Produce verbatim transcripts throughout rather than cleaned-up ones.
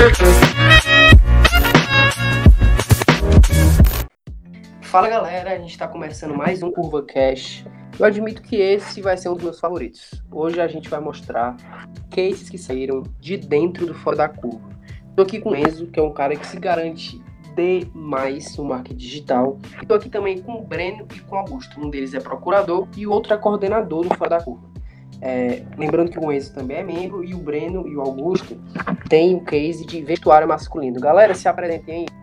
Fala galera, a gente está começando mais um CurvaCast. Eu admito que esse vai ser um dos meus favoritos. Hoje a gente vai mostrar cases que saíram de dentro do fora da curva. Estou aqui com o Enzo, que é um cara que se garante demais no marketing digital. Estou aqui também com o Breno e com o Augusto. Um deles é procurador e o outro é coordenador do fora da curva. É, lembrando que o Enzo também é membro e o Breno e o Augusto têm um case de vestuário masculino. Galera, se apresentem aí.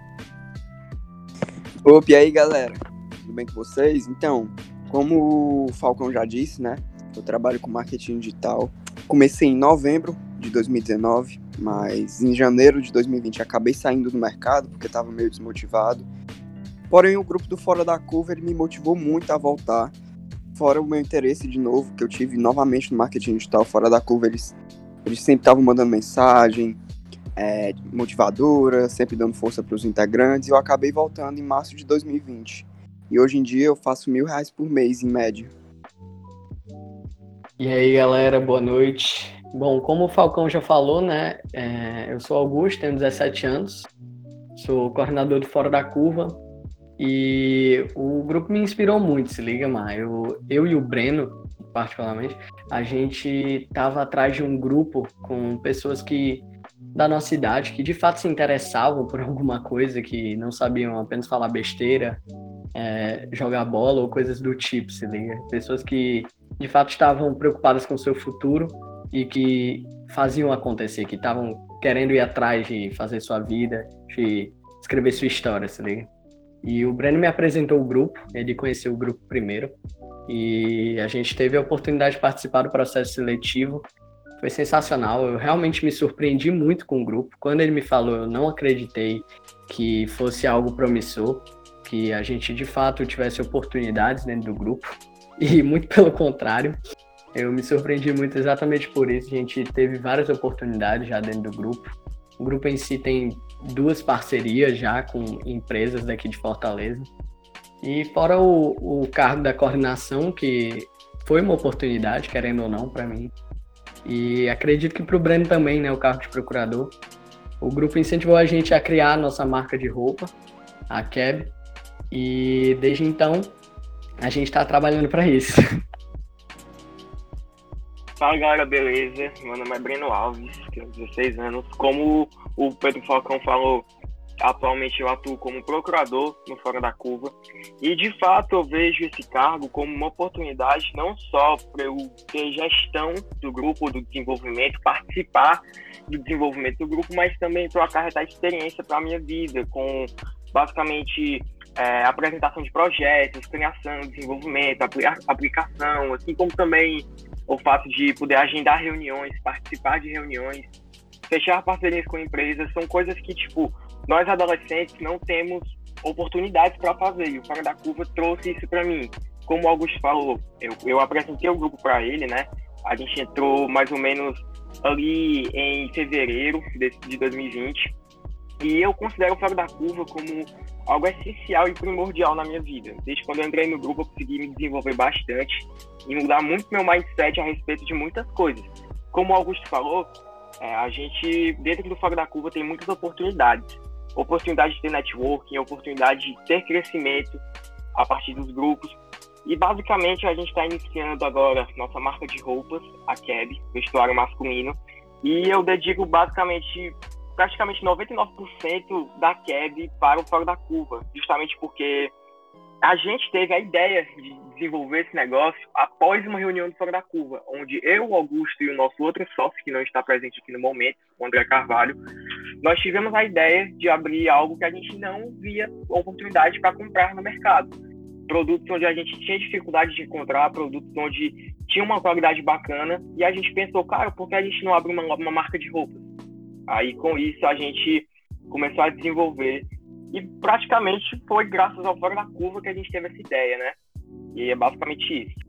Opa, e aí galera, tudo bem com vocês? Então, como o Falcão já disse, né, eu trabalho com marketing digital. Comecei em novembro de dois mil e dezenove, mas em janeiro de dois mil e vinte acabei saindo do mercado porque estava meio desmotivado. Porém, o grupo do Fora da Curva ele me motivou muito a voltar. Fora o meu interesse de novo, que eu tive novamente no marketing digital, Fora da Curva, eles, eles sempre estavam mandando mensagem, É, motivadora, sempre dando força para os integrantes, e eu acabei voltando em março de dois mil e vinte. E hoje em dia eu faço mil reais por mês, em média. E aí, galera, boa noite. Bom, como o Falcão já falou, né, é, eu sou Augusto, tenho dezessete anos, sou coordenador do Fora da Curva, e o grupo me inspirou muito, se liga, Mar. Eu, eu e o Breno, particularmente, a gente tava atrás de um grupo com pessoas que da nossa idade, que de fato se interessavam por alguma coisa, que não sabiam apenas falar besteira, é, jogar bola ou coisas do tipo, se liga? Pessoas que de fato estavam preocupadas com o seu futuro e que faziam acontecer, que estavam querendo ir atrás de fazer sua vida, de escrever sua história, se liga? E o Breno me apresentou o grupo, ele conheceu o grupo primeiro, e a gente teve a oportunidade de participar do processo seletivo. Foi sensacional, eu realmente me surpreendi muito com o grupo. Quando ele me falou, eu não acreditei que fosse algo promissor, que a gente de fato tivesse oportunidades dentro do grupo, e muito pelo contrário, eu me surpreendi muito exatamente por isso. A gente teve várias oportunidades já dentro do grupo. O grupo em si tem duas parcerias já com empresas daqui de Fortaleza, e fora o, o cargo da coordenação, que foi uma oportunidade, querendo ou não, para mim. E acredito que para o Breno também, né, o cargo de procurador. O grupo incentivou a gente a criar a nossa marca de roupa, a Keb, e desde então a gente está trabalhando para isso. Fala galera, beleza? Meu nome é Breno Alves, tenho dezesseis anos. Como o Pedro Falcão falou, atualmente eu atuo como procurador no Fora da Curva, e de fato eu vejo esse cargo como uma oportunidade não só para eu ter gestão do grupo, do desenvolvimento, participar do desenvolvimento do grupo, mas também para eu acarretar experiência para a minha vida, com basicamente é, apresentação de projetos, criação, desenvolvimento, aplicação, assim como também o fato de poder agendar reuniões, participar de reuniões, fechar parcerias com empresas. São coisas que, tipo, nós adolescentes não temos oportunidades para fazer, e o Fora da Curva trouxe isso para mim. Como o Augusto falou, eu, eu apresentei o grupo para ele, né? A gente entrou mais ou menos ali em fevereiro de, de dois mil e vinte, e eu considero o Fora da Curva como algo essencial e primordial na minha vida. Desde quando eu entrei no grupo, eu consegui me desenvolver bastante e mudar muito meu mindset a respeito de muitas coisas. Como o Augusto falou, é, a gente, dentro do Fora da Curva, tem muitas oportunidades. Oportunidade de ter networking, oportunidade de ter crescimento a partir dos grupos. E basicamente a gente está iniciando agora nossa marca de roupas, a Keb, vestuário masculino. E eu dedico basicamente, praticamente noventa e nove por cento da Keb para o Fora da Curva, justamente porque a gente teve a ideia de desenvolver esse negócio após uma reunião do Fora da Curva, onde eu, o Augusto e o nosso outro sócio, que não está presente aqui no momento, o André Carvalho, nós tivemos a ideia de abrir algo que a gente não via oportunidade para comprar no mercado. Produtos onde a gente tinha dificuldade de encontrar, produtos onde tinha uma qualidade bacana, e a gente pensou, cara, por que a gente não abre uma, uma marca de roupas? Aí, com isso, a gente começou a desenvolver, e praticamente foi graças ao Fora da Curva que a gente teve essa ideia, né? E é basicamente isso.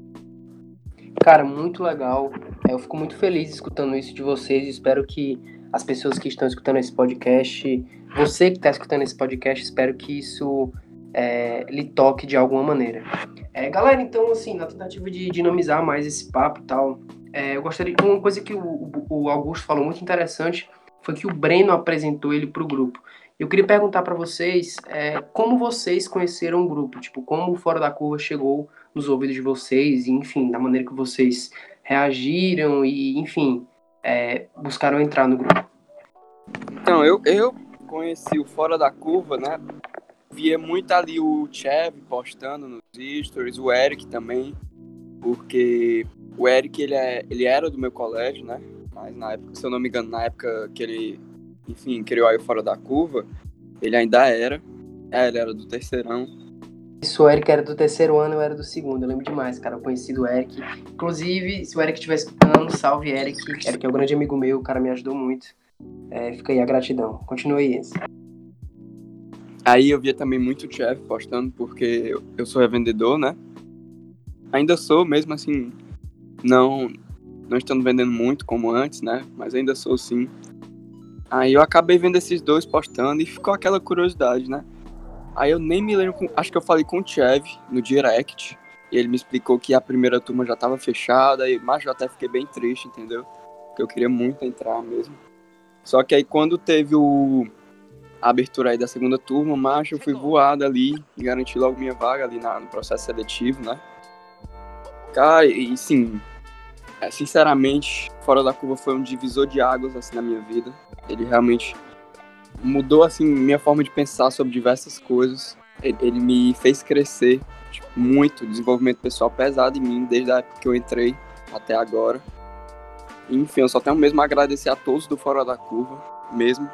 Cara, muito legal. Eu fico muito feliz escutando isso de vocês. Espero que as pessoas que estão escutando esse podcast, você que está escutando esse podcast, espero que isso é, lhe toque de alguma maneira. É, galera, então, assim, na tentativa de dinamizar mais esse papo e tal, é, eu gostaria... Uma coisa que o, o Augusto falou muito interessante foi que o Breno apresentou ele pro grupo. Eu queria perguntar para vocês é, como vocês conheceram o grupo, tipo, como o Fora da Curva chegou nos ouvidos de vocês, e, enfim, da maneira que vocês reagiram e, enfim, é, buscaram entrar no grupo. Então, eu, eu conheci o Fora da Curva, né? Via muito ali o Chev postando nos stories, o Eric também, porque o Eric, ele, é, ele era do meu colégio, né? Mas na época, se eu não me engano, na época que ele, enfim, criou aí o Fora da Curva, ele ainda era, é, ele era do terceirão. Isso, o Eric era do terceiro ano, eu era do segundo, eu lembro demais, cara, eu conheci do Eric. Inclusive, se o Eric estiver escutando, salve Eric, Eric é um grande amigo meu, o cara me ajudou muito. É, fica aí a gratidão. Continue isso. Aí eu via também muito o Chev postando, porque eu, eu sou revendedor, né? Ainda sou, mesmo assim, não, não estando vendendo muito como antes, né? Mas ainda sou sim. Aí eu acabei vendo esses dois postando e ficou aquela curiosidade, né? Aí eu nem me lembro, acho que eu falei com o Chev no direct, e ele me explicou que a primeira turma já tava fechada, mas eu até fiquei bem triste, entendeu? Porque eu queria muito entrar mesmo. Só que aí quando teve o... a abertura aí da segunda turma, macho, eu fui voado ali e garanti logo minha vaga ali na, no processo seletivo, né? Cara, e sim, é, sinceramente, Fora da Curva foi um divisor de águas, assim, na minha vida. Ele realmente mudou, assim, minha forma de pensar sobre diversas coisas. Ele, ele me fez crescer, tipo, muito, desenvolvimento pessoal pesado em mim, desde a época que eu entrei até agora. Enfim, eu só tenho mesmo a agradecer a todos do Fora da Curva, mesmo.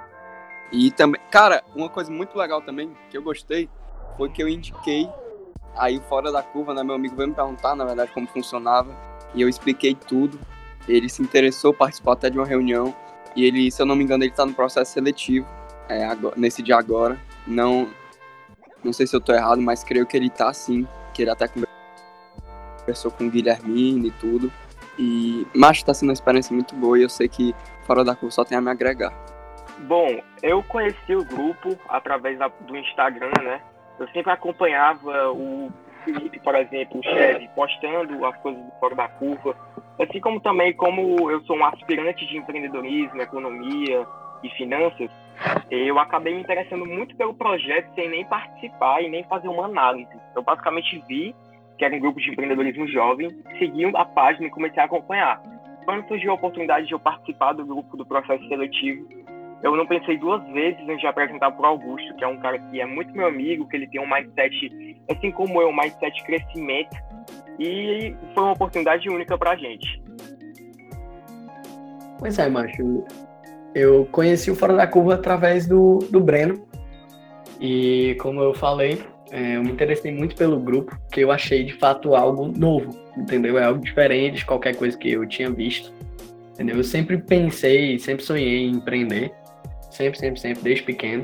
E também, cara, uma coisa muito legal também, que eu gostei, foi que eu indiquei aí Fora da Curva, né, meu amigo veio me perguntar, na verdade, como funcionava, e eu expliquei tudo. Ele se interessou, participou até de uma reunião, e ele, se eu não me engano, ele tá no processo seletivo, é, agora, nesse dia agora. Não, não sei se eu tô errado, mas creio que ele tá sim, que ele até conversou com o Guilhermine e tudo. E, mas tá sendo uma experiência muito boa, e eu sei que Fora da Curva só tem a me agregar. Bom, eu conheci o grupo através da, do Instagram, né? Eu sempre acompanhava o Felipe, por exemplo, o Chev, postando as coisas do Fora da Curva. Assim como também, como eu sou um aspirante de empreendedorismo, economia e finanças, eu acabei me interessando muito pelo projeto sem nem participar e nem fazer uma análise. Eu basicamente vi que era um grupo de empreendedorismo jovem, segui a página e comecei a acompanhar. Quando surgiu a oportunidade de eu participar do grupo do processo seletivo, eu não pensei duas vezes antes de apresentar para o Augusto, que é um cara que é muito meu amigo, que ele tem um mindset, assim como eu, um mindset de crescimento, e foi uma oportunidade única para a gente. Pois é, macho. Eu conheci o Fora da Curva através do, do Breno, e como eu falei, é, eu me interessei muito pelo grupo, porque eu achei de fato algo novo, entendeu? É algo diferente de qualquer coisa que eu tinha visto, entendeu? Eu sempre pensei, sempre sonhei em empreender, sempre, sempre, sempre, desde pequeno.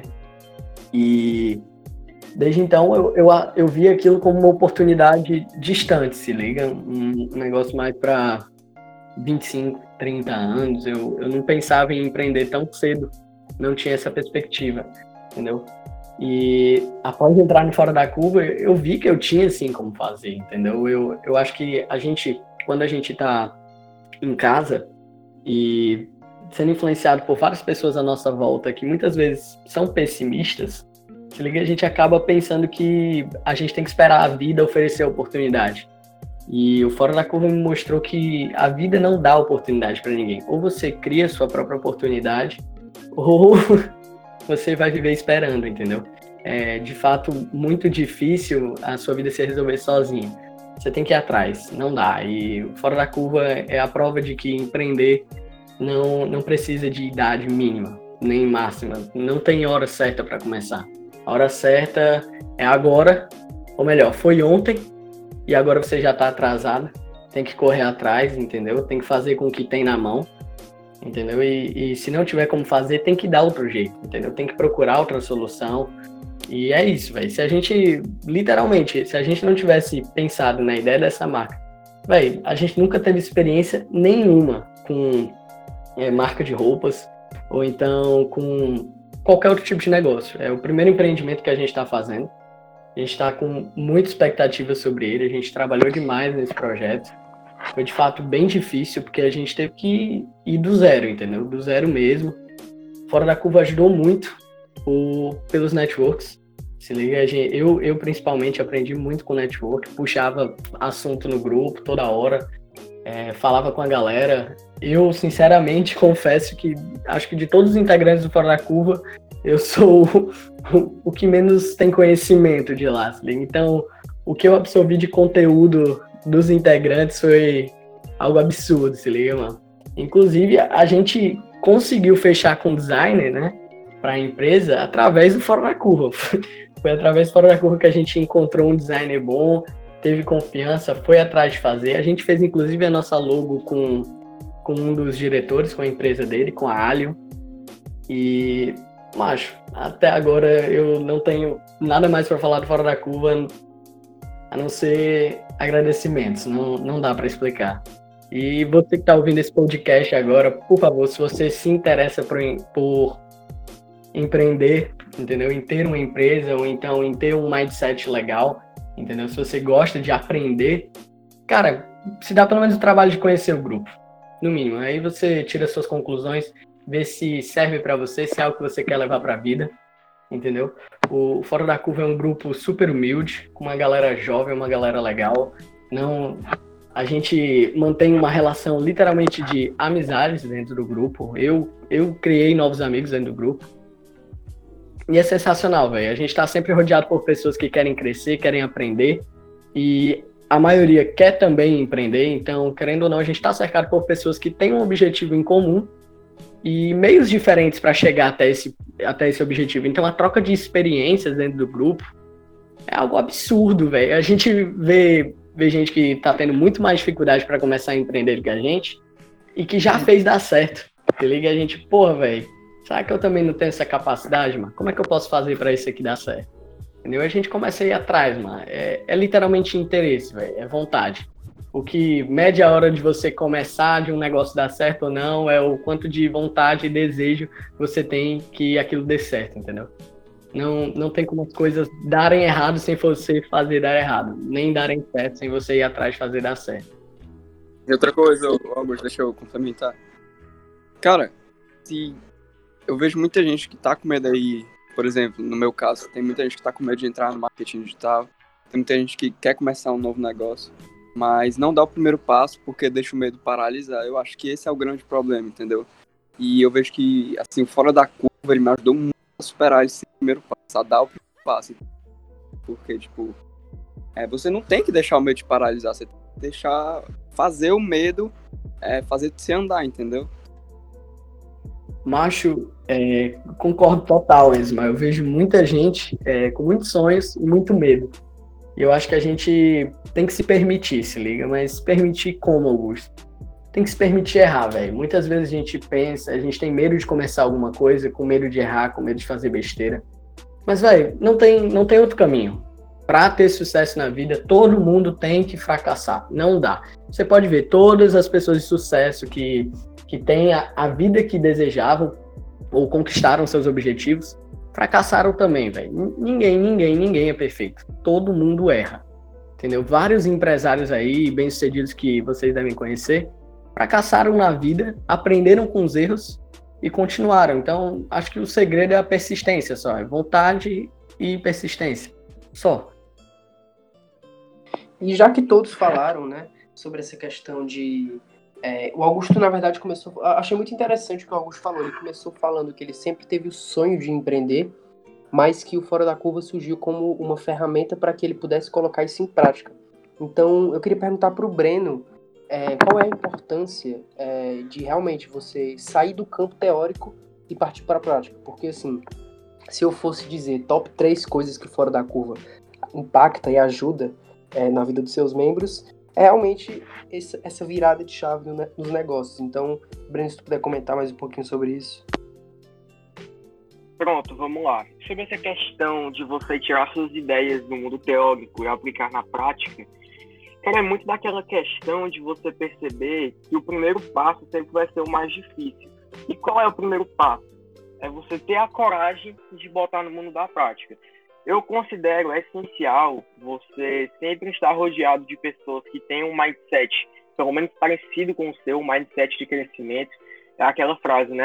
E desde então eu, eu, eu vi aquilo como uma oportunidade distante, se liga? Um negócio mais para vinte e cinco, trinta anos. Eu, eu não pensava em empreender tão cedo, não tinha essa perspectiva, entendeu? E após entrar no Fora da Curva, eu vi que eu tinha sim como fazer, entendeu? Eu, eu acho que a gente, quando a gente tá em casa e sendo influenciado por várias pessoas à nossa volta que muitas vezes são pessimistas, se liga, a gente acaba pensando que a gente tem que esperar a vida oferecer a oportunidade. E o Fora da Curva me mostrou que a vida não dá oportunidade para ninguém. Ou você cria sua própria oportunidade, ou você vai viver esperando, entendeu? É de fato muito difícil a sua vida se resolver sozinha. Você tem que ir atrás, não dá. E o Fora da Curva é a prova de que empreender não, não precisa de idade mínima, nem máxima. Não tem hora certa para começar. A hora certa é agora, ou melhor, foi ontem, e agora você já está atrasado. Tem que correr atrás, entendeu? Tem que fazer com o que tem na mão, entendeu? E, e se não tiver como fazer, tem que dar outro jeito, entendeu? Tem que procurar outra solução. E é isso, velho. Se a gente, literalmente, se a gente não tivesse pensado na ideia dessa marca, velho, a gente nunca teve experiência nenhuma com é, marca de roupas, ou então com qualquer outro tipo de negócio. É o primeiro empreendimento que a gente está fazendo. A gente está com muita expectativa sobre ele, a gente trabalhou demais nesse projeto. Foi de fato bem difícil, porque a gente teve que ir do zero, entendeu? Do zero mesmo. Fora da Curva ajudou muito o, pelos networks. Se liga, gente, eu, eu principalmente aprendi muito com network, puxava assunto no grupo toda hora, é, falava com a galera. Eu, sinceramente, confesso que acho que de todos os integrantes do Fora da Curva, eu sou o, o, o que menos tem conhecimento de lá. Se liga? Então, o que eu absorvi de conteúdo dos integrantes foi algo absurdo, se liga, mano. Inclusive, a gente conseguiu fechar com o designer, né, para a empresa, através do Fora da Curva. Foi através do Fora da Curva que a gente encontrou um designer bom, teve confiança, foi atrás de fazer. A gente fez, inclusive, a nossa logo com, com um dos diretores, com a empresa dele, com a Alio. E, macho, até agora eu não tenho nada mais para falar do Fora da Curva, a não ser agradecimentos. Não, não dá para explicar. E você que está ouvindo esse podcast agora, por favor, se você se interessa por, por empreender, entendeu? Em ter uma empresa ou então em ter um mindset legal, entendeu? Se você gosta de aprender, cara, se dá pelo menos o trabalho de conhecer o grupo, no mínimo. Aí você tira suas conclusões, vê se serve para você, se é algo que você quer levar para a vida, entendeu? O Fora da Curva é um grupo super humilde, com uma galera jovem, uma galera legal. Não, a gente mantém uma relação literalmente de amizades dentro do grupo. Eu, eu criei novos amigos dentro do grupo. E é sensacional, velho. A gente tá sempre rodeado por pessoas que querem crescer, querem aprender. E a maioria quer também empreender. Então, querendo ou não, a gente tá cercado por pessoas que têm um objetivo em comum e meios diferentes para chegar até esse, até esse objetivo. Então, a troca de experiências dentro do grupo é algo absurdo, velho. A gente vê, vê gente que tá tendo muito mais dificuldade para começar a empreender do que a gente e que já fez dar certo. Se liga, a gente, porra, velho, será que eu também não tenho essa capacidade, mano? Como é que eu posso fazer para isso aqui dar certo? Entendeu? A gente começa a ir atrás, mano. É, é literalmente interesse, velho. É vontade. O que mede a hora de você começar, de um negócio dar certo ou não, é o quanto de vontade e desejo você tem que aquilo dê certo, entendeu? Não, não tem como as coisas darem errado sem você fazer dar errado. Nem darem certo sem você ir atrás de fazer dar certo. E outra coisa, Augusto, deixa eu complementar. Cara, se eu vejo muita gente que tá com medo aí, por exemplo, no meu caso, tem muita gente que tá com medo de entrar no marketing digital, tem muita gente que quer começar um novo negócio, mas não dá o primeiro passo porque deixa o medo paralisar. Eu acho que esse é o grande problema, entendeu? E eu vejo que, assim, Fora da Curva, ele me ajudou muito a superar esse primeiro passo, a dar o primeiro passo. Porque, tipo, é, você não tem que deixar o medo te paralisar, você tem que deixar, fazer o medo, é, fazer você andar, entendeu? Macho, é, concordo total, Esma. Eu vejo muita gente é, com muitos sonhos e muito medo. E eu acho que a gente tem que se permitir, se liga, mas permitir como, Augusto? Tem que se permitir errar, velho. Muitas vezes a gente pensa, a gente tem medo de começar alguma coisa, com medo de errar, com medo de fazer besteira. Mas, velho, não tem, não tem outro caminho. Para ter sucesso na vida, todo mundo tem que fracassar. Não dá. Você pode ver todas as pessoas de sucesso que, que têm a, a vida que desejavam ou conquistaram seus objetivos, fracassaram também, velho. Ninguém, ninguém, ninguém é perfeito. Todo mundo erra. Entendeu? Vários empresários aí, bem-sucedidos que vocês devem conhecer, fracassaram na vida, aprenderam com os erros e continuaram. Então, acho que o segredo é a persistência só. É vontade e persistência. Só. E já que todos falaram, né, sobre essa questão de... É, o Augusto, na verdade, começou... Achei muito interessante o que o Augusto falou. Ele começou falando que ele sempre teve o sonho de empreender, mas que o Fora da Curva surgiu como uma ferramenta para que ele pudesse colocar isso em prática. Então, eu queria perguntar para o Breno é, qual é a importância é, de realmente você sair do campo teórico e partir para a prática. Porque, assim, se eu fosse dizer top três coisas que o Fora da Curva impacta e ajuda é, na vida dos seus membros, é realmente essa, essa virada de chave no, nos negócios. Então, Breno, se tu puder comentar mais um pouquinho sobre isso. Pronto, vamos lá. Sobre essa questão de você tirar suas ideias do mundo teórico e aplicar na prática, cara, é muito daquela questão de você perceber que o primeiro passo sempre vai ser o mais difícil. E qual é o primeiro passo? É você ter a coragem de botar no mundo da prática. Eu considero essencial você sempre estar rodeado de pessoas que têm um mindset, pelo menos parecido com o seu, um mindset de crescimento. É aquela frase, né?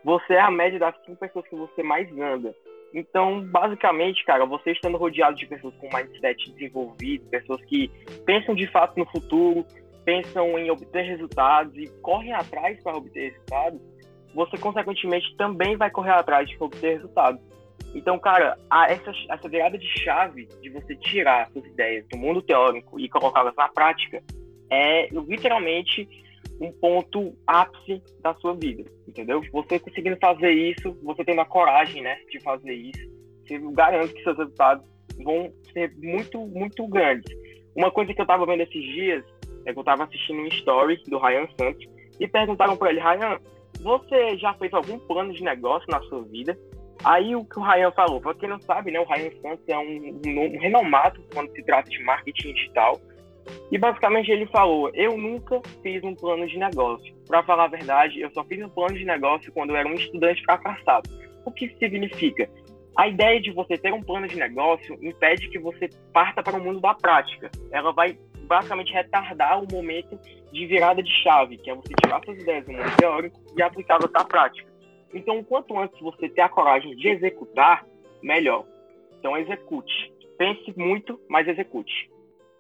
você é a média das cinco pessoas que você mais anda. Então, basicamente, cara, você estando rodeado de pessoas com mindset desenvolvido, pessoas que pensam de fato no futuro, pensam em obter resultados e correm atrás para obter resultados, você, consequentemente, também vai correr atrás de obter resultados. Então, cara, a, essa, essa virada de chave de você tirar suas ideias do mundo teórico e colocá-las na prática é, literalmente, um ponto ápice da sua vida, entendeu? Você conseguindo fazer isso, você tendo a coragem, né, de fazer isso, eu garanto que seus resultados vão ser muito, muito grandes. Uma coisa que eu tava vendo esses dias é que eu tava assistindo um story do Ryan Santos e perguntaram para ele: Ryan, você já fez algum plano de negócio na sua vida? Aí o que o Ryan falou, pra quem não sabe, né, o Ryan Santos é um, um, um renomado quando se trata de marketing digital. E basicamente ele falou: eu nunca fiz um plano de negócio. Para falar a verdade, eu só fiz um plano de negócio quando eu era um estudante fracassado. O que isso significa? A ideia de você ter um plano de negócio impede que você parta para o mundo da prática. Ela vai basicamente retardar o momento de virada de chave, que é você tirar suas ideias do mundo teórico e aplicá-las à prática. Então, quanto antes você ter a coragem de executar, melhor. Então, execute. Pense muito, mas execute.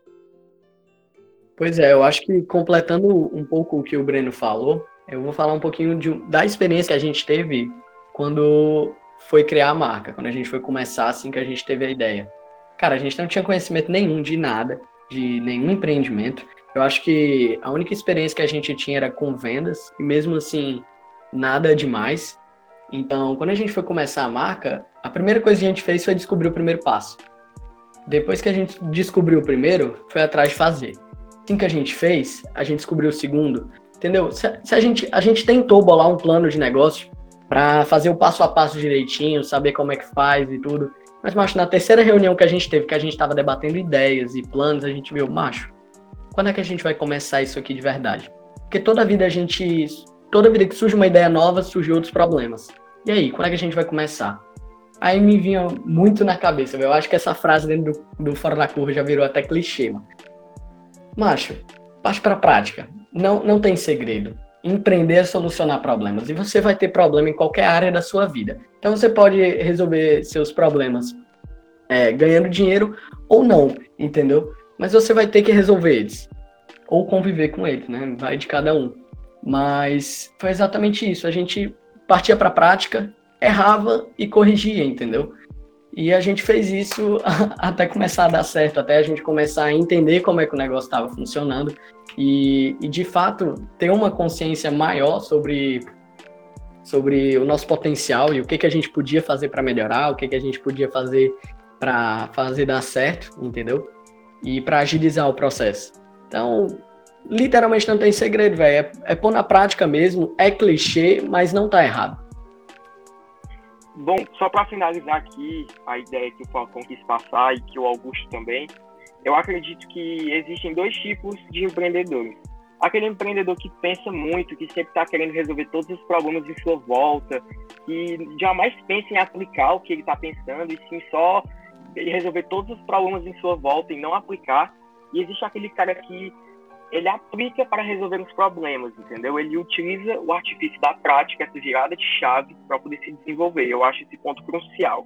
Pois é, eu acho que completando um pouco o que o Breno falou, eu vou falar um pouquinho de, da experiência que a gente teve quando foi criar a marca, quando a gente foi começar, assim que a gente teve a ideia. Cara, a gente não tinha conhecimento nenhum de nada, de nenhum empreendimento. Eu acho que a única experiência que a gente tinha era com vendas, e mesmo assim, nada demais. Então, quando a gente foi começar a marca, a primeira coisa que a gente fez foi descobrir o primeiro passo. Depois que a gente descobriu o primeiro, foi atrás de fazer. Assim que a gente fez, a gente descobriu o segundo, entendeu? Se, se a, gente, a gente tentou bolar um plano de negócio para fazer o passo a passo direitinho, saber como é que faz e tudo, mas, macho, na terceira reunião que a gente teve, que a gente estava debatendo ideias e planos, a gente viu, macho, quando é que a gente vai começar isso aqui de verdade? Porque toda vida a gente, toda vida que surge uma ideia nova, surgem outros problemas. E aí, quando é que a gente vai começar? Aí me vinha muito na cabeça, eu acho que essa frase dentro do, do Fora da Curva já virou até clichê, mano. Macho, parte para a prática. Não, não tem segredo. Empreender é solucionar problemas. E você vai ter problema em qualquer área da sua vida. Então você pode resolver seus problemas é, ganhando dinheiro ou não, entendeu? Mas você vai ter que resolver eles. Ou conviver com eles, né? Vai de cada um. Mas foi exatamente isso. A gente partia para a prática, errava e corrigia, entendeu? E a gente fez isso até começar a dar certo, até a gente começar a entender como é que o negócio estava funcionando e, e, de fato, ter uma consciência maior sobre, sobre o nosso potencial e o que, que a gente podia fazer para melhorar, o que, que a gente podia fazer para fazer dar certo, entendeu? E para agilizar o processo. Então, literalmente não tem segredo, velho. É, é pôr na prática mesmo, é clichê, mas não tá errado. Bom, só para finalizar aqui a ideia que o Falcão quis passar e que o Augusto também, eu acredito que existem dois tipos de empreendedores. Aquele empreendedor que pensa muito, que sempre está querendo resolver todos os problemas em sua volta, que jamais pensa em aplicar o que ele está pensando, e sim só resolver todos os problemas em sua volta e não aplicar. E existe aquele cara que ele aplica para resolver os problemas, entendeu? Ele utiliza o artifício da prática, essa virada de chave, para poder se desenvolver. Eu acho esse ponto crucial.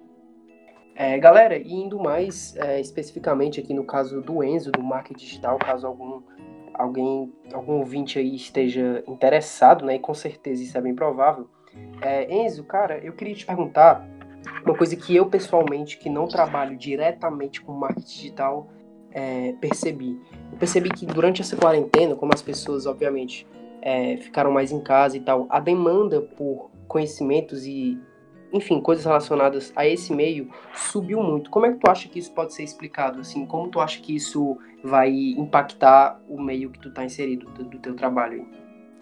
É, galera, e indo mais é, especificamente aqui no caso do Enzo, do marketing digital, caso algum, alguém, algum ouvinte aí esteja interessado, né, e com certeza isso é bem provável. É, Enzo, cara, eu queria te perguntar uma coisa que eu pessoalmente, que não trabalho diretamente com marketing digital, É, percebi. Eu percebi que durante essa quarentena, como as pessoas, obviamente, é, ficaram mais em casa e tal, a demanda por conhecimentos e, enfim, coisas relacionadas a esse meio subiu muito. Como é que tu acha que isso pode ser explicado? Assim, como tu acha que isso vai impactar o meio que tu tá inserido do, do teu trabalho aí?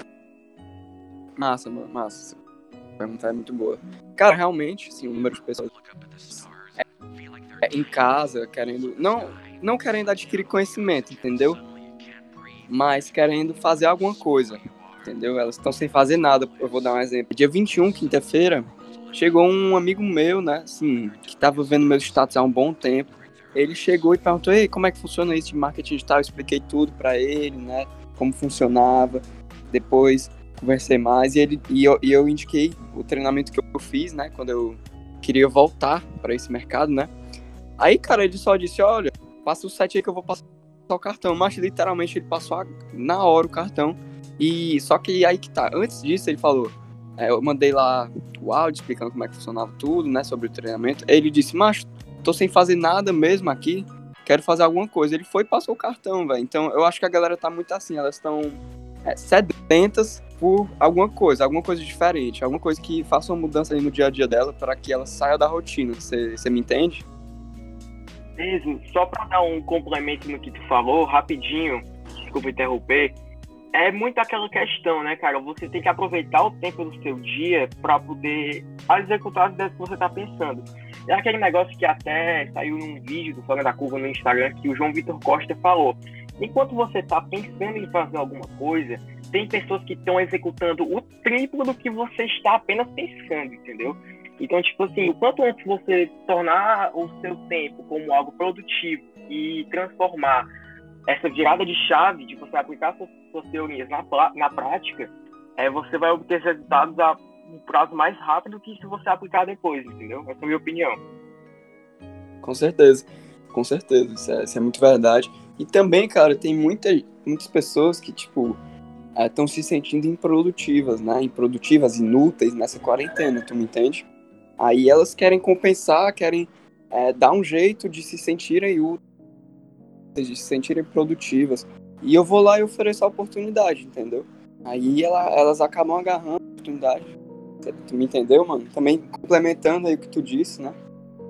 Massa, mano, massa. A pergunta é muito boa. Cara, realmente, assim, o número de pessoas é, é, em casa, querendo... Não... Não querendo adquirir conhecimento, entendeu? Mas querendo fazer alguma coisa, entendeu? Elas estão sem fazer nada. Eu vou dar um exemplo. Dia vinte e um, quinta-feira, chegou um amigo meu, né? Assim, que estava vendo meus status há um bom tempo. Ele chegou e perguntou: ei, como é que funciona isso de marketing digital? Eu expliquei tudo para ele, né? Como funcionava. Depois conversei mais e, ele, e, eu, e eu indiquei o treinamento que eu fiz, né, quando eu queria voltar para esse mercado, né. Aí, cara, ele só disse, olha, passa o site aí que eu vou passar o cartão, mas literalmente ele passou a, na hora o cartão, e só que aí que tá, antes disso ele falou, é, eu mandei lá o áudio explicando como é que funcionava tudo, né, sobre o treinamento, aí ele disse, macho, tô sem fazer nada mesmo aqui, quero fazer alguma coisa, ele foi e passou o cartão, velho, então eu acho que a galera tá muito assim, elas estão é, sedentas por alguma coisa, alguma coisa diferente, alguma coisa que faça uma mudança ali no dia a dia dela para que ela saia da rotina, você me entende? Mesmo, só para dar um complemento no que tu falou, rapidinho, desculpa interromper, é muito aquela questão, né, cara? Você tem que aproveitar o tempo do seu dia para poder executar as ideias que você tá pensando. É aquele negócio que até saiu num vídeo do Fora da Curva no Instagram que o João Vitor Costa falou. Enquanto você tá pensando em fazer alguma coisa, tem pessoas que estão executando o triplo do que você está apenas pensando, entendeu? Então, tipo assim, o quanto antes você tornar o seu tempo como algo produtivo e transformar essa virada de chave, de você aplicar suas, suas teorias na, na prática, é, você vai obter resultados a um prazo mais rápido que se você aplicar depois, entendeu? Essa é a minha opinião. Com certeza, com certeza, isso é, isso é muito verdade. E também, cara, tem muita, muitas pessoas que, tipo, estão é, se sentindo improdutivas, né? Improdutivas, inúteis nessa quarentena, tu me entende? Aí elas querem compensar, querem é, dar um jeito de se sentirem úteis, de se sentirem produtivas. E eu vou lá e ofereço a oportunidade, entendeu? Aí ela, elas acabam agarrando a oportunidade. Tu me entendeu, mano? Também complementando aí o que tu disse, né?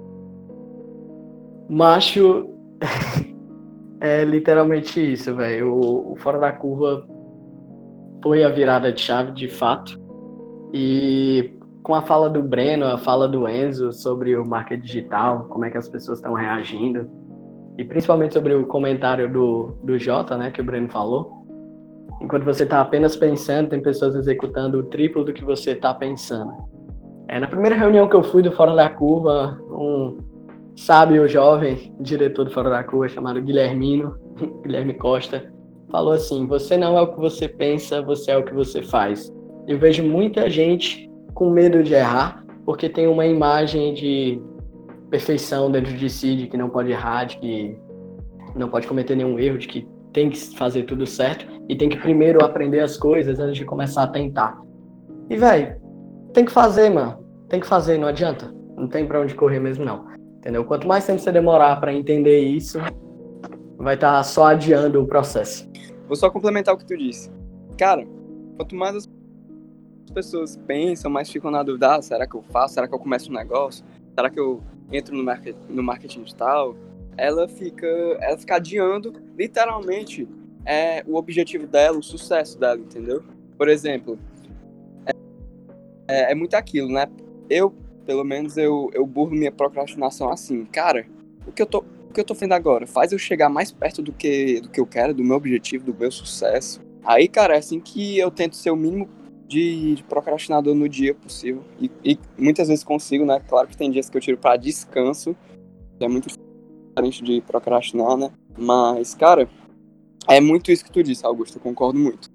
Macho, é literalmente isso, velho. O, o Fora da Curva foi a virada de chave, de fato. E com a fala do Breno, a fala do Enzo sobre o marketing digital, como é que as pessoas estão reagindo, e principalmente sobre o comentário do, do Jota, né, que o Breno falou. Enquanto você está apenas pensando, tem pessoas executando o triplo do que você está pensando. É, na primeira reunião que eu fui do Fora da Curva, um sábio jovem diretor do Fora da Curva chamado Guilhermino, Guilherme Costa, falou assim: você não é o que você pensa, você é o que você faz. Eu vejo muita gente com medo de errar, porque tem uma imagem de perfeição dentro de si, de que não pode errar, de que não pode cometer nenhum erro, de que tem que fazer tudo certo e tem que primeiro aprender as coisas antes de começar a tentar. E, velho, tem que fazer, mano. Tem que fazer, não adianta. Não tem pra onde correr mesmo, não. Entendeu? Quanto mais tempo você demorar pra entender isso, vai estar tá só adiando o processo. Vou só complementar o que tu disse. Cara, quanto mais as pessoas pensam, mais ficam na dúvida, ah, será que eu faço? Será que eu começo um negócio? Será que eu entro no, market, no marketing digital? Ela fica, ela fica adiando, literalmente, é, o objetivo dela, o sucesso dela, entendeu? Por exemplo, é, é muito aquilo, né? Eu, pelo menos, eu, eu burlo minha procrastinação assim. Cara, o que eu tô, o que eu tô fazendo agora? Faz eu chegar mais perto do que, do que eu quero, do meu objetivo, do meu sucesso. Aí, cara, é assim que eu tento ser o mínimo de, de procrastinador no dia possível. E, e muitas vezes consigo, né? Claro que tem dias que eu tiro pra descanso. É muito diferente de procrastinar, né? Mas, cara, é muito isso que tu disse, Augusto. Eu concordo muito.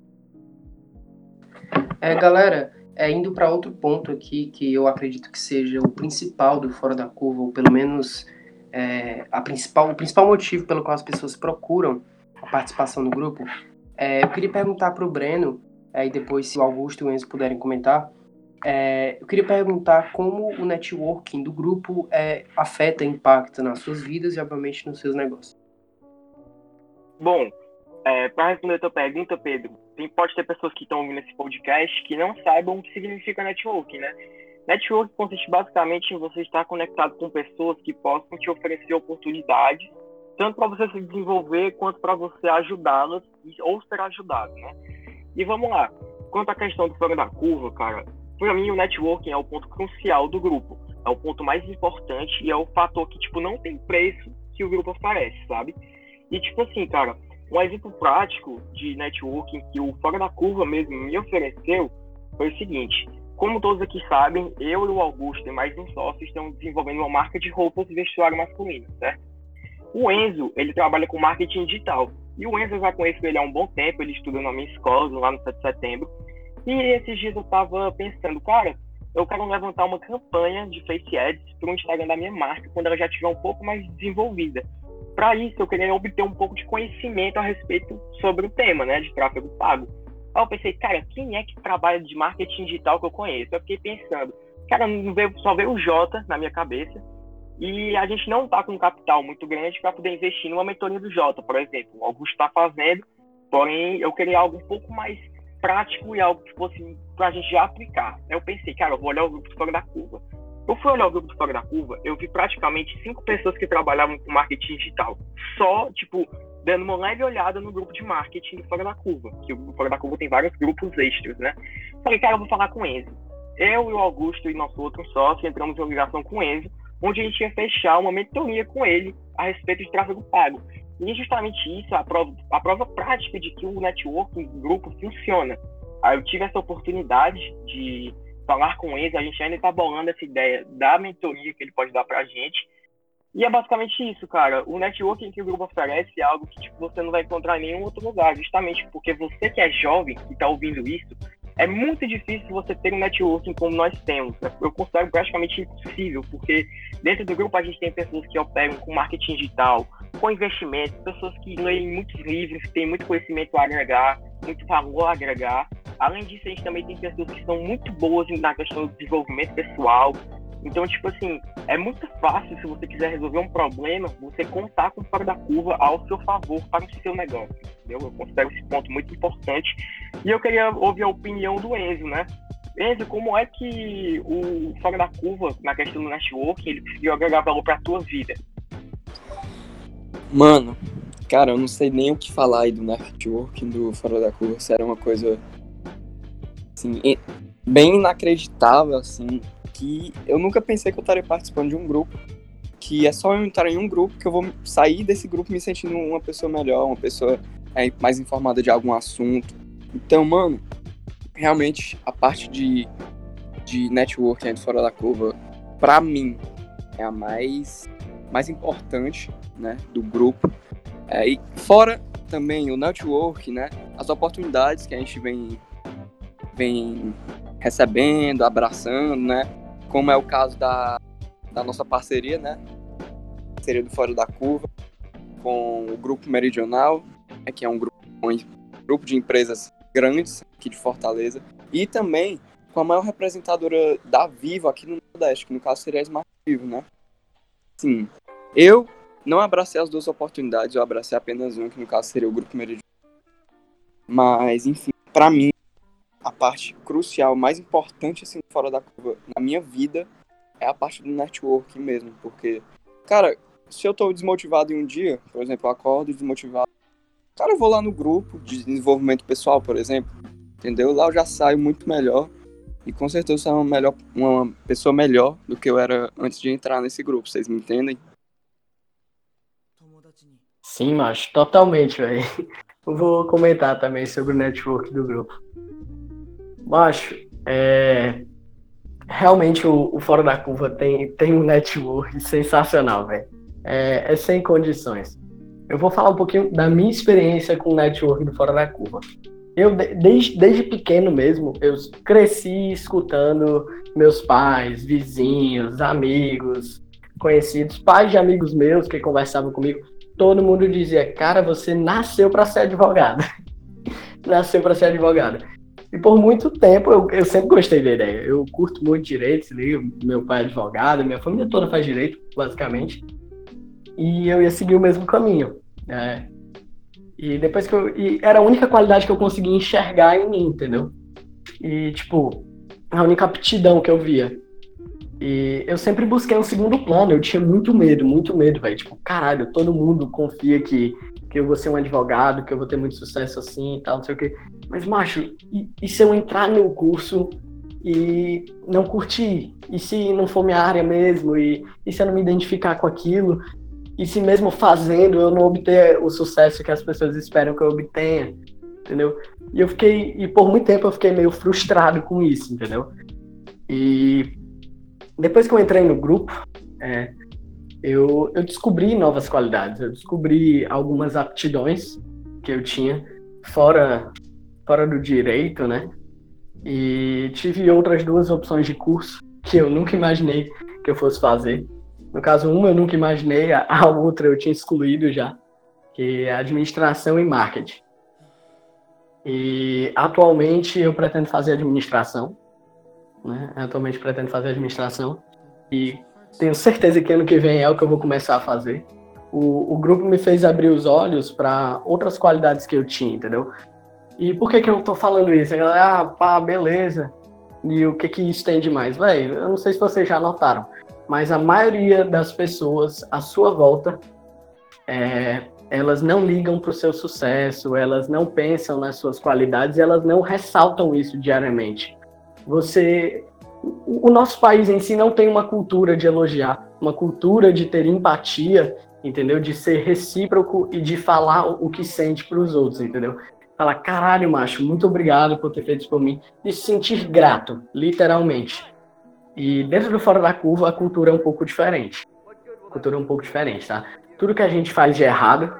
É, galera, é, indo para outro ponto aqui, que eu acredito que seja o principal do Fora da Curva, ou pelo menos é, a principal, o principal motivo pelo qual as pessoas procuram a participação no grupo, é, eu queria perguntar para o Breno, é, e depois se o Augusto e o Enzo puderem comentar, é, eu queria perguntar como o networking do grupo é, afeta e impacta nas suas vidas e, obviamente, nos seus negócios. Bom, é, para responder a tua pergunta, Pedro, tem, pode ter pessoas que estão ouvindo esse podcast que não saibam o que significa networking, né? Networking consiste basicamente em você estar conectado com pessoas que possam te oferecer oportunidades, tanto para você se desenvolver quanto para você ajudá-las ou ser ajudado, né? E vamos lá. Quanto à questão do Fora da Curva, cara, para mim o networking é o ponto crucial do grupo. É o ponto mais importante e é o fator que, tipo, não tem preço que o grupo oferece, sabe? E, tipo assim, cara, um exemplo prático de networking que o Fora da Curva mesmo me ofereceu foi o seguinte: como todos aqui sabem, eu e o Augusto e mais um sócio estamos desenvolvendo uma marca de roupas e vestuário masculino, certo? O Enzo, ele trabalha com marketing digital. E o Enzo, eu já conheço ele há um bom tempo, ele estuda na minha escola, lá no sete de setembro. E esses dias eu tava pensando, cara, eu quero levantar uma campanha de Face Ads para o Instagram da minha marca quando ela já estiver um pouco mais desenvolvida. Para isso, eu queria obter um pouco de conhecimento a respeito sobre o tema, né, de tráfego pago. Aí eu pensei, cara, quem é que trabalha de marketing digital que eu conheço? Eu fiquei pensando, cara, não veio, só veio o Jota na minha cabeça, e a gente não tá com um capital muito grande para poder investir numa mentoria do Jota, por exemplo. O Augusto está fazendo, porém eu queria algo um pouco mais prático e algo que fosse pra gente já aplicar. Aí eu pensei, cara, eu vou olhar o grupo do Fora da Curva. Eu fui olhar o grupo do Fora da Curva, eu vi praticamente cinco pessoas que trabalhavam com marketing digital. Só, tipo, dando uma leve olhada no grupo de marketing do Fora da Curva, que o Fora da Curva tem vários grupos extras, né? Falei, cara, eu vou falar com o Enzo. Eu e o Augusto e nosso outro sócio entramos em ligação com o Enzo, onde a gente ia fechar uma mentoria com ele a respeito de tráfego pago. E justamente isso, a prova, a prova prática de que o networking do grupo funciona. Aí eu tive essa oportunidade de falar com ele, a gente ainda está bolando essa ideia da mentoria que ele pode dar pra gente. E é basicamente isso, cara. O networking que o grupo oferece é algo que tipo, você não vai encontrar em nenhum outro lugar, justamente porque você que é jovem, que está ouvindo isso, é muito difícil você ter um networking como nós temos. Eu considero praticamente impossível, porque dentro do grupo a gente tem pessoas que operam com marketing digital, com investimento, pessoas que leem muitos livros, que têm muito conhecimento a agregar, muito valor a agregar. Além disso, a gente também tem pessoas que são muito boas na questão do desenvolvimento pessoal. Então, tipo assim, é muito fácil, se você quiser resolver um problema, você contar com o Fora da Curva ao seu favor para o seu negócio, entendeu? Eu considero esse ponto muito importante. E eu queria ouvir a opinião do Enzo, né? Enzo, como é que o Fora da Curva, na questão do networking, ele conseguiu agregar valor para a tua vida? Mano, cara, eu não sei nem o que falar aí do networking do Fora da Curva. Se era uma coisa, assim, bem inacreditável, assim, que eu nunca pensei que eu estaria participando de um grupo, que é só eu entrar em um grupo que eu vou sair desse grupo me sentindo uma pessoa melhor, uma pessoa é, mais informada de algum assunto. Então, mano, realmente a parte de, de networking aí do Fora da Curva, pra mim, é a mais, mais importante, né, do grupo. É, e fora também o network, né, as oportunidades que a gente vem, vem recebendo, abraçando, né, como é o caso da, da nossa parceria, né, parceria do Fora da Curva, com o Grupo Meridional, né, que é um grupo, um grupo de empresas grandes aqui de Fortaleza, e também com a maior representadora da Vivo aqui no Nordeste, que no caso seria a Smart Vivo, né. Sim, eu não abracei as duas oportunidades, eu abracei apenas uma, que no caso seria o Grupo Meridional. Mas, enfim, pra mim, a parte crucial, mais importante, assim, Fora da Curva, na minha vida, é a parte do networking mesmo. Porque, cara, se eu tô desmotivado em um dia, por exemplo, eu acordo desmotivado, cara, eu vou lá no grupo de desenvolvimento pessoal, por exemplo, entendeu? Lá eu já saio muito melhor e com certeza eu sou uma, melhor, uma pessoa melhor do que eu era antes de entrar nesse grupo, vocês me entendem? Sim, macho, totalmente, velho. Eu vou comentar também sobre o network do grupo. Macho, é... realmente o, o Fora da Curva tem, tem um network sensacional, velho. É, é sem condições. Eu vou falar um pouquinho da minha experiência com o network do Fora da Curva. Eu, desde, desde pequeno mesmo, eu cresci escutando meus pais, vizinhos, amigos, conhecidos, pais de amigos meus que conversavam comigo. Todo mundo dizia, cara, você nasceu para ser advogado. Nasceu para ser advogado. E por muito tempo eu, eu sempre gostei da ideia. Eu curto muito direito, meu pai é advogado, minha família toda faz direito, basicamente. E eu ia seguir o mesmo caminho. Né? E depois que eu. E era a única qualidade que eu conseguia enxergar em mim, entendeu? E, tipo, a única aptidão que eu via. E eu sempre busquei um segundo plano, eu tinha muito medo, muito medo, velho. Tipo, caralho, todo mundo confia que, que eu vou ser um advogado, que eu vou ter muito sucesso assim e tal, não sei o quê. Mas, macho, e, e se eu entrar no curso e não curtir? E se não for minha área mesmo? E, e se eu não me identificar com aquilo? E se mesmo fazendo eu não obter o sucesso que as pessoas esperam que eu obtenha? Entendeu? E eu fiquei, e por muito tempo eu fiquei meio frustrado com isso, entendeu? E depois que eu entrei no grupo, é, eu, eu descobri novas qualidades, eu descobri algumas aptidões que eu tinha fora, fora do direito, né? E tive outras duas opções de curso que eu nunca imaginei que eu fosse fazer. No caso, uma eu nunca imaginei, a outra eu tinha excluído já, que é administração e marketing. E atualmente eu pretendo fazer administração, né? Atualmente pretendo fazer administração e tenho certeza que ano que vem é o que eu vou começar a fazer. O, o grupo me fez abrir os olhos para outras qualidades que eu tinha, entendeu? E por que que eu tô falando isso? A galera, ah, pá, beleza. E o que que isso tem de mais? Véi, eu não sei se vocês já notaram, mas a maioria das pessoas à sua volta, é, elas não ligam pro seu sucesso, elas não pensam nas suas qualidades, elas não ressaltam isso diariamente. Você... O nosso país em si não tem uma cultura de elogiar, uma cultura de ter empatia, entendeu? De ser recíproco e de falar o que sente pros outros, entendeu? Falar, caralho, macho, muito obrigado por ter feito isso por mim. E se sentir grato, literalmente. E dentro do Fora da Curva, a cultura é um pouco diferente. A cultura é um pouco diferente, tá? Tudo que a gente faz de errado,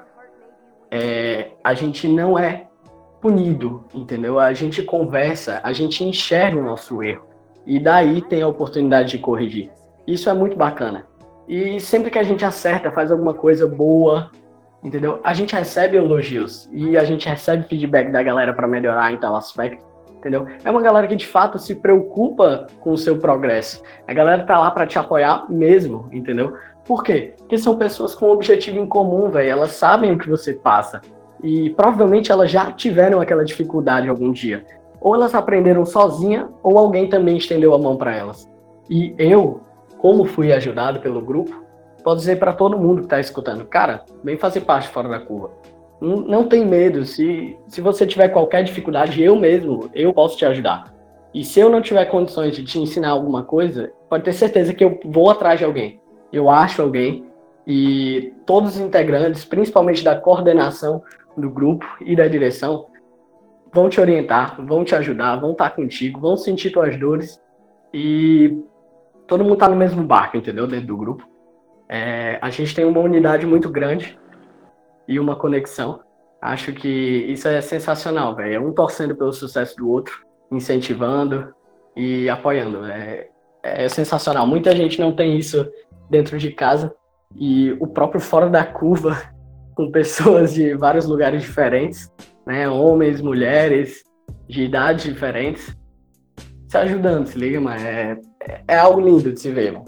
é, a gente não é punido, entendeu? A gente conversa, a gente enxerga o nosso erro. E daí tem a oportunidade de corrigir. Isso é muito bacana. E sempre que a gente acerta, faz alguma coisa boa, entendeu? A gente recebe elogios e a gente recebe feedback da galera para melhorar em tal aspecto, entendeu? É uma galera que de fato se preocupa com o seu progresso. A galera tá lá para te apoiar mesmo, entendeu? Por quê? Porque são pessoas com um objetivo em comum, velho. Elas sabem o que você passa e provavelmente elas já tiveram aquela dificuldade algum dia. Ou elas aprenderam sozinha ou alguém também estendeu a mão para elas. E eu, como fui ajudado pelo grupo, posso dizer para todo mundo que está escutando, cara, vem fazer parte Fora da Curva. Não, não tem medo, se, se você tiver qualquer dificuldade, eu mesmo, eu posso te ajudar. E se eu não tiver condições de te ensinar alguma coisa, pode ter certeza que eu vou atrás de alguém. Eu acho alguém e todos os integrantes, principalmente da coordenação do grupo e da direção, vão te orientar, vão te ajudar, vão estar contigo, vão sentir tuas dores e todo mundo tá no mesmo barco, entendeu? Dentro do grupo. É, a gente tem uma unidade muito grande e uma conexão. Acho que isso é sensacional, velho. É um torcendo pelo sucesso do outro, incentivando e apoiando. É, é sensacional. Muita gente não tem isso dentro de casa e o próprio Fora da Curva, com pessoas de vários lugares diferentes, né? Homens, mulheres, de idades diferentes, se ajudando, se liga, mano. É, é algo lindo de se ver, mano.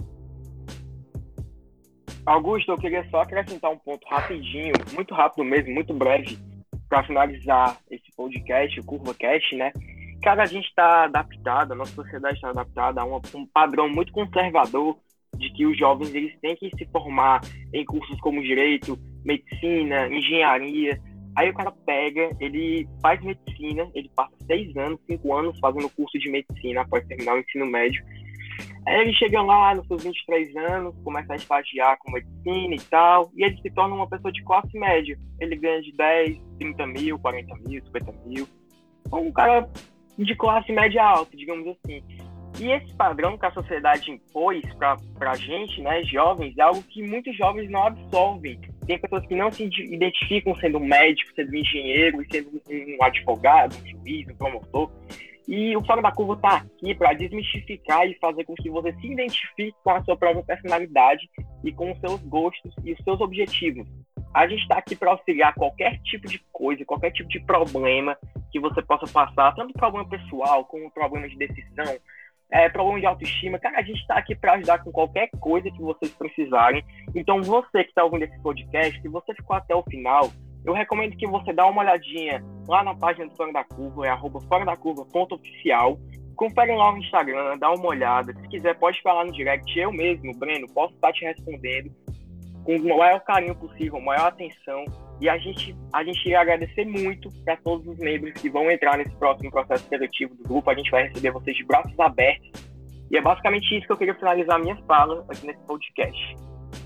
Augusto, eu queria só acrescentar um ponto rapidinho, muito rápido mesmo, muito breve, para finalizar esse podcast, o CurvaCast, né? Cara, a gente está adaptado, a nossa sociedade está adaptada a um, um padrão muito conservador de que os jovens eles têm que se formar em cursos como direito, medicina, engenharia. Aí o cara pega, ele faz medicina, ele passa seis anos, cinco anos fazendo curso de medicina após terminar o ensino médio. Aí ele chega lá nos seus vinte e três anos, começa a estagiar com medicina e tal, e ele se torna uma pessoa de classe média. Ele ganha de dez, trinta mil, quarenta mil, cinquenta mil. Um cara de classe média alta, digamos assim. E esse padrão que a sociedade impôs pra, pra gente, né, jovens, é algo que muitos jovens não absorvem. Tem pessoas que não se identificam sendo um médico, sendo um engenheiro, e sendo um advogado, um juiz, um promotor. E o Fora da Curva está aqui para desmistificar e fazer com que você se identifique com a sua própria personalidade e com os seus gostos e os seus objetivos. A gente está aqui para auxiliar qualquer tipo de coisa, qualquer tipo de problema que você possa passar, tanto problema pessoal como problema de decisão, é, problema de autoestima. Cara, a gente está aqui para ajudar com qualquer coisa que vocês precisarem. Então, você que está ouvindo esse podcast, se você ficou até o final, eu recomendo que você dê uma olhadinha lá na página do Fora da Curva, é arroba fora da curva ponto oficial. Confere lá no Instagram, dá uma olhada. Se quiser, pode falar no direct. Eu mesmo, Breno, posso estar te respondendo com o maior carinho possível, maior atenção. E a gente, a gente irá agradecer muito para todos os membros que vão entrar nesse próximo processo seletivo do grupo. A gente vai receber vocês de braços abertos. E é basicamente isso que eu queria finalizar a minha fala aqui nesse podcast.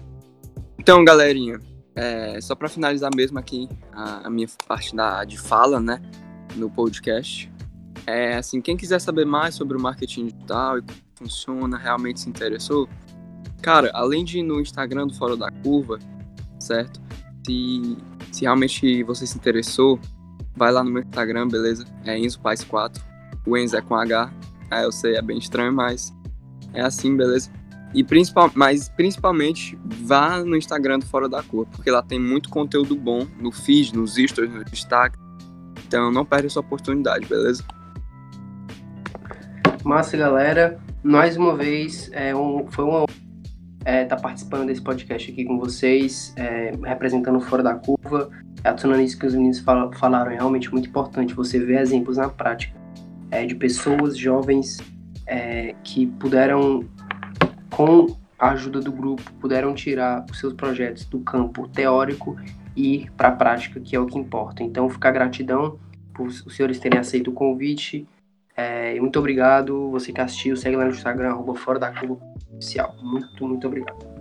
Então, galerinha, É, só para finalizar mesmo aqui a, a minha parte da, de fala, né, no podcast, é, assim, quem quiser saber mais sobre o marketing digital e como funciona, realmente se interessou, cara, além de ir no Instagram do Fora da Curva, certo? Se, se realmente você se interessou, vai lá no meu Instagram, beleza? É Enzo Paz quatro. O Enzo é com H. Ah, eu sei, é bem estranho, mas é assim, beleza? E principal, mas principalmente vá no Instagram do Fora da Curva, porque lá tem muito conteúdo bom no feed, nos stories, no destaque. Então não perde essa oportunidade, beleza? Massa, galera. Mais uma vez, é um, foi uma honra é, estar participando desse podcast aqui com vocês, é, representando o Fora da Curva. Adicionando isso que os meninos fal- falaram, é realmente muito importante você ver exemplos na prática é, de pessoas jovens é, que puderam, com a ajuda do grupo, puderam tirar os seus projetos do campo teórico e ir para a prática, que é o que importa. Então, fica a gratidão por os senhores terem aceito o convite. É, e muito obrigado. Você que assistiu, segue lá no Instagram, arroba Fora da Curva Oficial. Muito, muito obrigado.